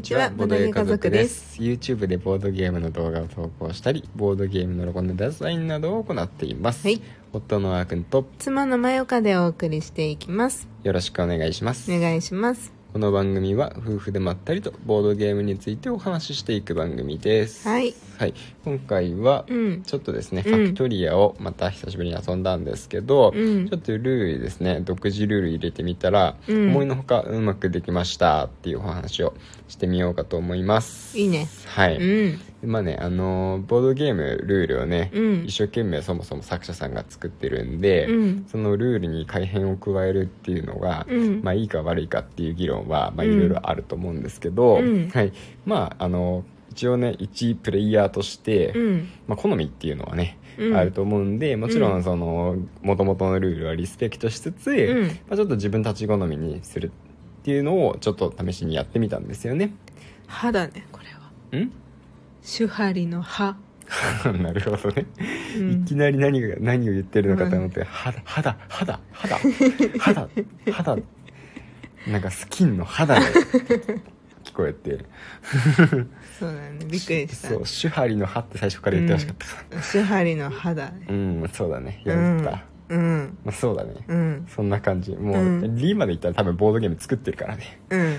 ちは、ボードゲー家族です。 YouTube でボードゲームの動画を投稿したり、ボードゲームのロゴのデザインなどを行っています、はい、夫のあーくんと妻のまよかでお送りしていきます。 よろしくお願いします。 お願いします。 この番組は夫婦でまったりとボードゲームについてお話ししていく番組です。 はい、 はい、今回はちょっとですね、ファクトリアをまた久しぶりに遊んだんですけど、ちょっとルールですね、独自ルール入れてみたら、思いのほかうまくできましたっていうお話をしてみようかと思います。 いいね。 はい、まあね、ボードゲームルールをね、一生懸命そもそも作者さんが作ってるんで、そのルールに改変を加えるっていうのが、まあいいか悪いかっていう議論は、まあいろいろあると思うんですけど、はい、まあ一応ね、一プレイヤーとして、まあ好みっていうのはね、あると思うんで、もちろんその元々のルールはリスペクトしつつ、まあ、ちょっと自分たち好みにするっていうのをちょっと試しにやってみたんですよね。 歯だね、これは。手張りの歯なるほどね、いきなり何を言ってるのかと思って、歯だなんかスキンの肌で聞こえてそうだね、びっくりした。 そう、手張りの歯って最初から言ってほしかった、 手張りの歯だね。そうだね、 やった、まあ、そうだね、そんな感じ。もう、リまで言ったら多分ボードゲーム作ってるからね、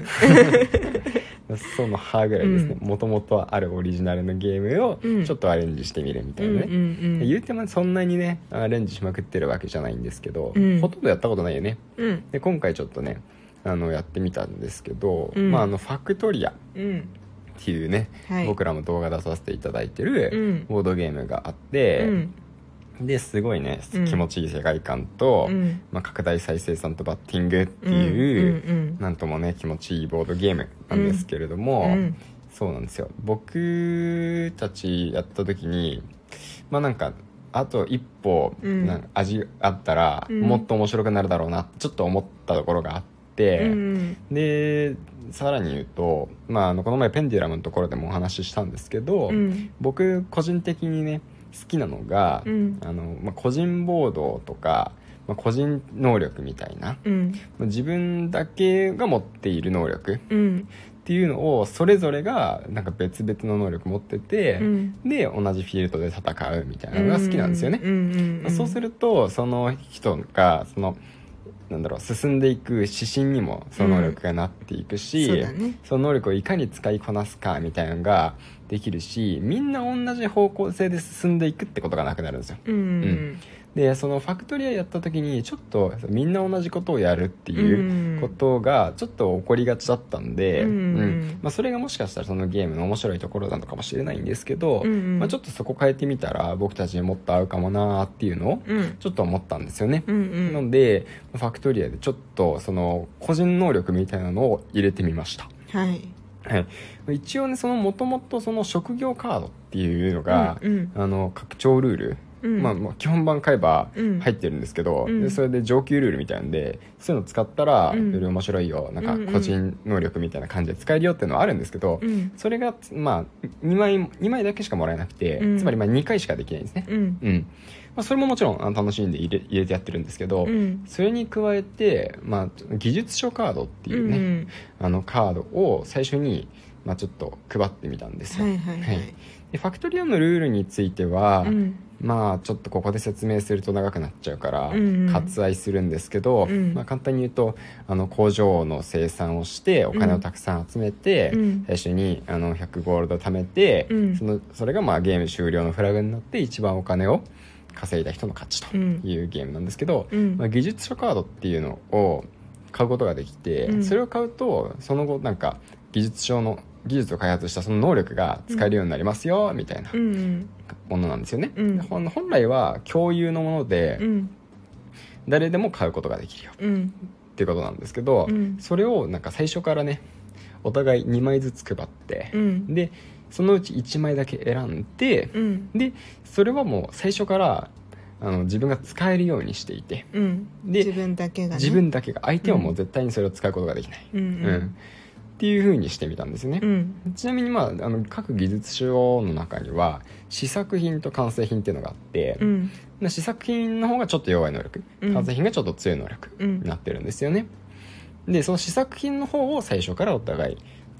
その歯ぐらいですね、もともとあるオリジナルのゲームをちょっとアレンジしてみるみたいなね、言うてもそんなにねアレンジしまくってるわけじゃないんですけど、ほとんどやったことないよね、で今回ちょっとねやってみたんですけど、まあファクトリアっていうね、僕らも動画出させていただいてるボードゲームがあって、ですごいね気持ちいい世界観と、まあ、拡大再生産とバッティングっていう、なんともね気持ちいいボードゲームなんですけれども、そうなんですよ。僕たちやった時にまあなんかあと一歩、なんか味あったら、もっと面白くなるだろうなってちょっと思ったところがあって、でさらに言うと、まあ、この前ペンデュラムのところでもお話ししたんですけど、僕個人的にね好きなのが、まあ、個人ボードとか、まあ、個人能力みたいな、自分だけが持っている能力、っていうのをそれぞれがなんか別々の能力持ってて、で同じフィールドで戦うみたいなのが好きなんですよね。そうするとその人がそのなんだろう、進んでいく指針にもその能力がなっていくし、その能力をいかに使いこなすかみたいなのができるし、みんな同じ方向性で進んでいくってことがなくなるんですよ。でそのファクトリアやった時にちょっとみんな同じことをやるっていうことがちょっと起こりがちだったんで、まあ、それがもしかしたらそのゲームの面白いところなのかもしれないんですけど、まあ、ちょっとそこ変えてみたら僕たちにもっと合うかもなーっていうのをちょっと思ったんですよね。なのでファクトリアでちょっとその個人能力みたいなのを入れてみました。はい、一応ね、そのもともとその職業カードっていうのが、拡張ルール、まあ、基本版買えば入ってるんですけど、でそれで上級ルールみたいなんでそういうの使ったらより面白いよ、なんか個人能力みたいな感じで使えるよっていうのはあるんですけど、それが、まあ、2枚だけしかもらえなくて、つまりまあ2回しかできないんですね。まあ、それももちろん楽しんで入れてやってるんですけど、それに加えて、まあ、技術書カードっていうね、カードを最初に、まあ、ちょっと配ってみたんですよ。でファクトリアのルールについては、まあちょっとここで説明すると長くなっちゃうから割愛するんですけど、まあ、簡単に言うと工場の生産をしてお金をたくさん集めて、最初に100ゴールド貯めて、それがまあゲーム終了のフラグになって一番お金を稼いだ人の勝ちというゲームなんですけど、まあ、技術書カードっていうのを買うことができて、それを買うとその後なんか技術を開発したその能力が使えるようになりますよみたいなものなんですよね。本来は共有のもので誰でも買うことができるよっていうことなんですけど、それをなんか最初からねお互い2枚ずつ配って、でそのうち1枚だけ選んで、でそれはもう最初から自分が使えるようにしていて、で自分だけが相手はもう絶対にそれを使うことができない、っていう風にしてみたんですよね。ちなみに、まあ、各技術書の中には試作品と完成品っていうのがあって、試作品の方がちょっと弱い能力、完成品がちょっと強い能力になってるんですよね。でその試作品の方を最初からお互い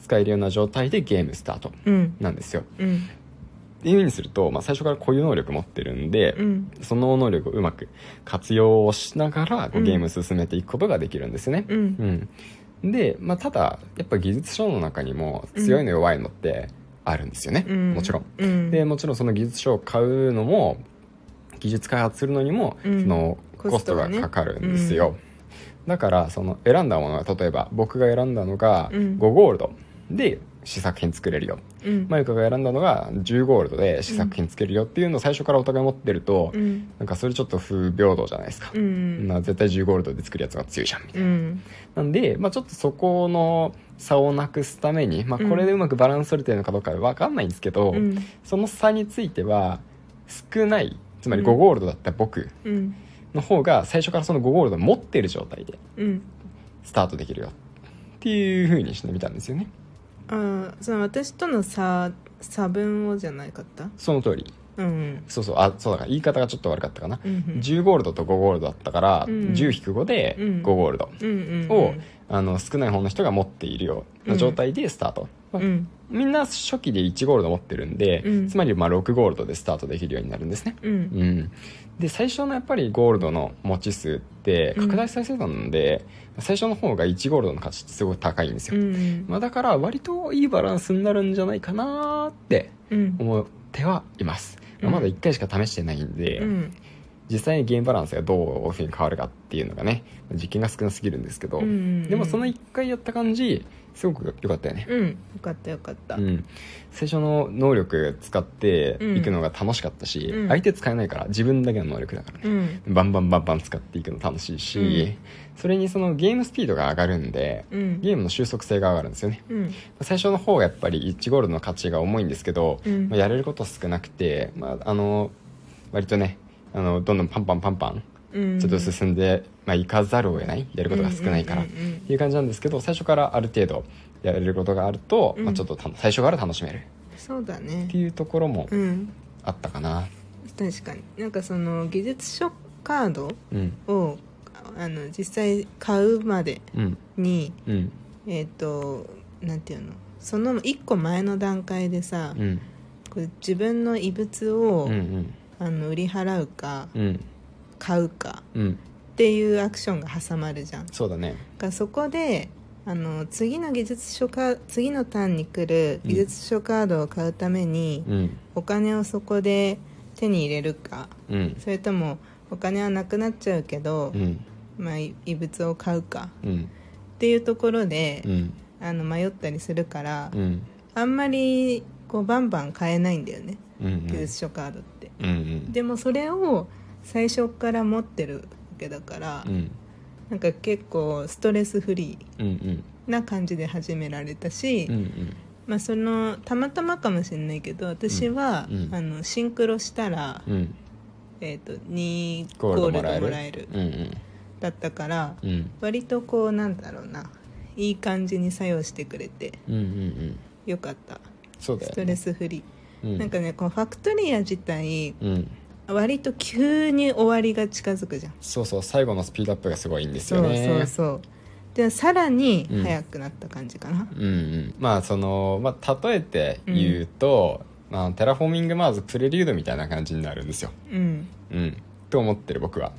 使えるような状態でゲームスタートなんですよ、っていう風にすると、最初から固有能力持ってるんで、その能力をうまく活用しながらゲームを進めていくことができるんですよね、で、ただやっぱ技術書の中にも強いの弱いのってあるんですよね、もちろん、でもちろんその技術書を買うのも技術開発するのにもそのコストがかかるんですよ、だからその選んだものは、例えば僕が選んだのが5ゴールドで試作品作れるよ、マユカが選んだのが10ゴールドで試作品作れるよっていうのを最初からお互い持ってると、なんかそれちょっと不平等じゃないですか、絶対10ゴールドで作るやつが強いじゃんみたいな、なんで、ちょっとそこの差をなくすために、これでうまくバランス取れてるのかどうか分かんないんですけど、その差については少ない、つまり5ゴールドだった僕の方が最初からその5ゴールドを持ってる状態でスタートできるよっていう風にしてみたんですよね。 その私との差分をじゃないかった？ その通り、そうだから言い方がちょっと悪かったかな、10ゴールドと5ゴールドだったから、10-5で5ゴールドを、少ない方の人が持っているような状態でスタート、みんな初期で1ゴールド持ってるんで、つまり6ゴールドでスタートできるようになるんですね、で最初のやっぱりゴールドの持ち数って拡大再生産なんで、最初の方が1ゴールドの価値ってすごい高いんですよ、だから割といいバランスになるんじゃないかなって思ってはいます、まだ1回しか試してないんで、実際にゲームバランスがどういうふうに変わるかっていうのがね、実験が少なすぎるんですけど、でもその1回やった感じすごく良かったよね。 よかった、 最初の能力使っていくのが楽しかったし、相手使えないから自分だけの能力だからね、バンバン使っていくの楽しいし、それにそのゲームスピードが上がるんで、ゲームの収束性が上がるんですよね、最初の方がやっぱり1ゴールドの価値が重いんですけど、やれること少なくて、割とねどんどんパンパンちょっと進んで、行かざるを得ない、やることが少ないからっていう感じなんですけど、最初からある程度やれることがあると、ちょっと最初から楽しめる、 そうだねっていうところもあったかな、 確かに。なんかその技術書カードを、実際買うまでに、なんていうの、その1個前の段階でさ、これ自分の異物を、売り払うか、買うかっていうアクションが挟まるじゃん。 そうだね。 そこで次のターンに来る技術書カードを買うために、お金をそこで手に入れるか、それともお金はなくなっちゃうけど、異物を買うか、っていうところで、迷ったりするから、あんまりこうバンバン買えないんだよね、技術書カードって、でもそれを最初から持ってるわけだから、なんか結構ストレスフリーな感じで始められたし、そのたまたまかもしれないけど、私は、シンクロしたら、2ゴールドもらえる、だったから、割とこうなんだろうな、いい感じに作用してくれて、よかった。 そうだよね、 ストレスフリー、なんかね、このファクトリア自体、割と急に終わりが近づくじゃん。 そう最後のスピードアップがすごいんですよね。 そうでさらに速くなった感じかな、 例えて言うと、テラフォーミングマーズプレリュードみたいな感じになるんですよ、と思ってる僕は。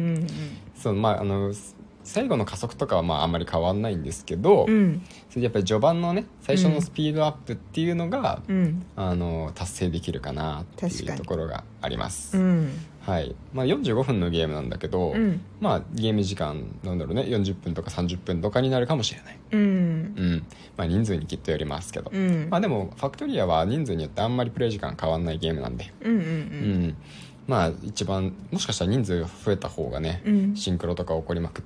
最後の加速とかはあんまり変わんないんですけど、それやっぱり序盤のね最初のスピードアップっていうのが、達成できるかなっていうところがあります、45分のゲームなんだけど、ゲーム時間なんだろうね、40分とか30分とかになるかもしれない、人数にきっとよりますけど、でもファクトリアは人数によってあんまりプレイ時間変わんないゲームなんで、一番もしかしたら人数が増えた方がね、シンクロとか起こりまくって、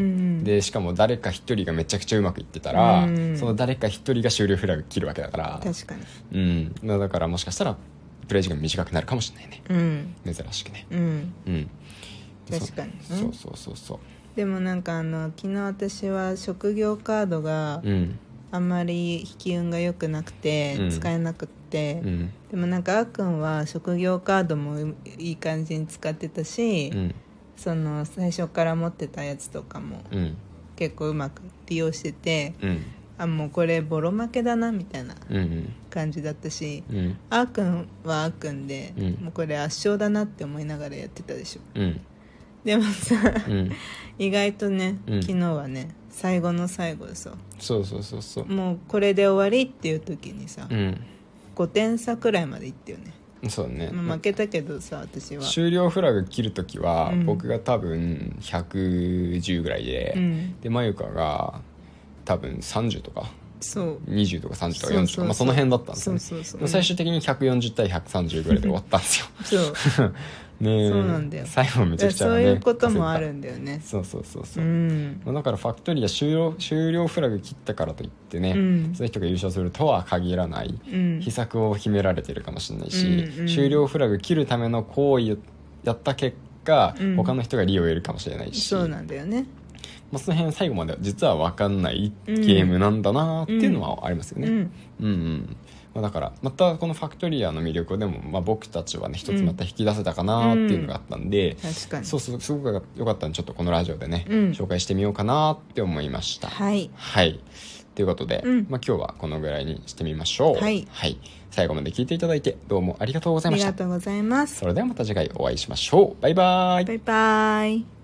でしかも誰か一人がめちゃくちゃうまくいってたら、その誰か一人が終了フラグ切るわけだから、 確かに、 だからもしかしたらプレイ時間短くなるかもしれないね、珍しくね、 確かにね。そうでもなんか昨日私は職業カードがあんまり引き運が良くなくて使えなくって、でもなんかあーくんは職業カードもいい感じに使ってたし、その最初から持ってたやつとかも結構うまく利用してて、 もうこれボロ負けだなみたいな感じだったし、あーくんはあーくんで、もうこれ圧勝だなって思いながらやってたでしょ、でもさ、意外とね、昨日はね最後の最後でさ、 そうもうこれで終わりっていう時にさ、5点差くらいまでいったよね。 そうね、 負けたけどさ、私は終了フラグ切るときは、僕が多分110ぐらいで、でまゆかが多分30とかそう 20とか30とか40とかその辺だったんですよね。最終的に140対130ぐらいで終わったんですよそうね、 そうなんだよ。 最後めちゃくちゃ、ね、 そういうこともあるんだよね。 そう、だからファクトリア終了フラグ切ったからといってね、そういう人が優勝するとは限らない、秘策を秘められてるかもしれないし、終了フラグ切るための行為をやった結果、他の人が利を得るかもしれないし、 そうなんだよね。 その辺最後までは実は分かんないゲームなんだなっていうのはありますよね。だからまたこのファクトリアの魅力でも、僕たちはね一つまた引き出せたかなっていうのがあったんで、 確かにそうすごく良かったんで、ちょっとこのラジオでね、紹介してみようかなって思いました。 はい、 ということで、今日はこのぐらいにしてみましょう。最後まで聞いていただいてどうもありがとうございました。 ありがとうございます。 それではまた次回お会いしましょう。バイバイ。 バイバイ。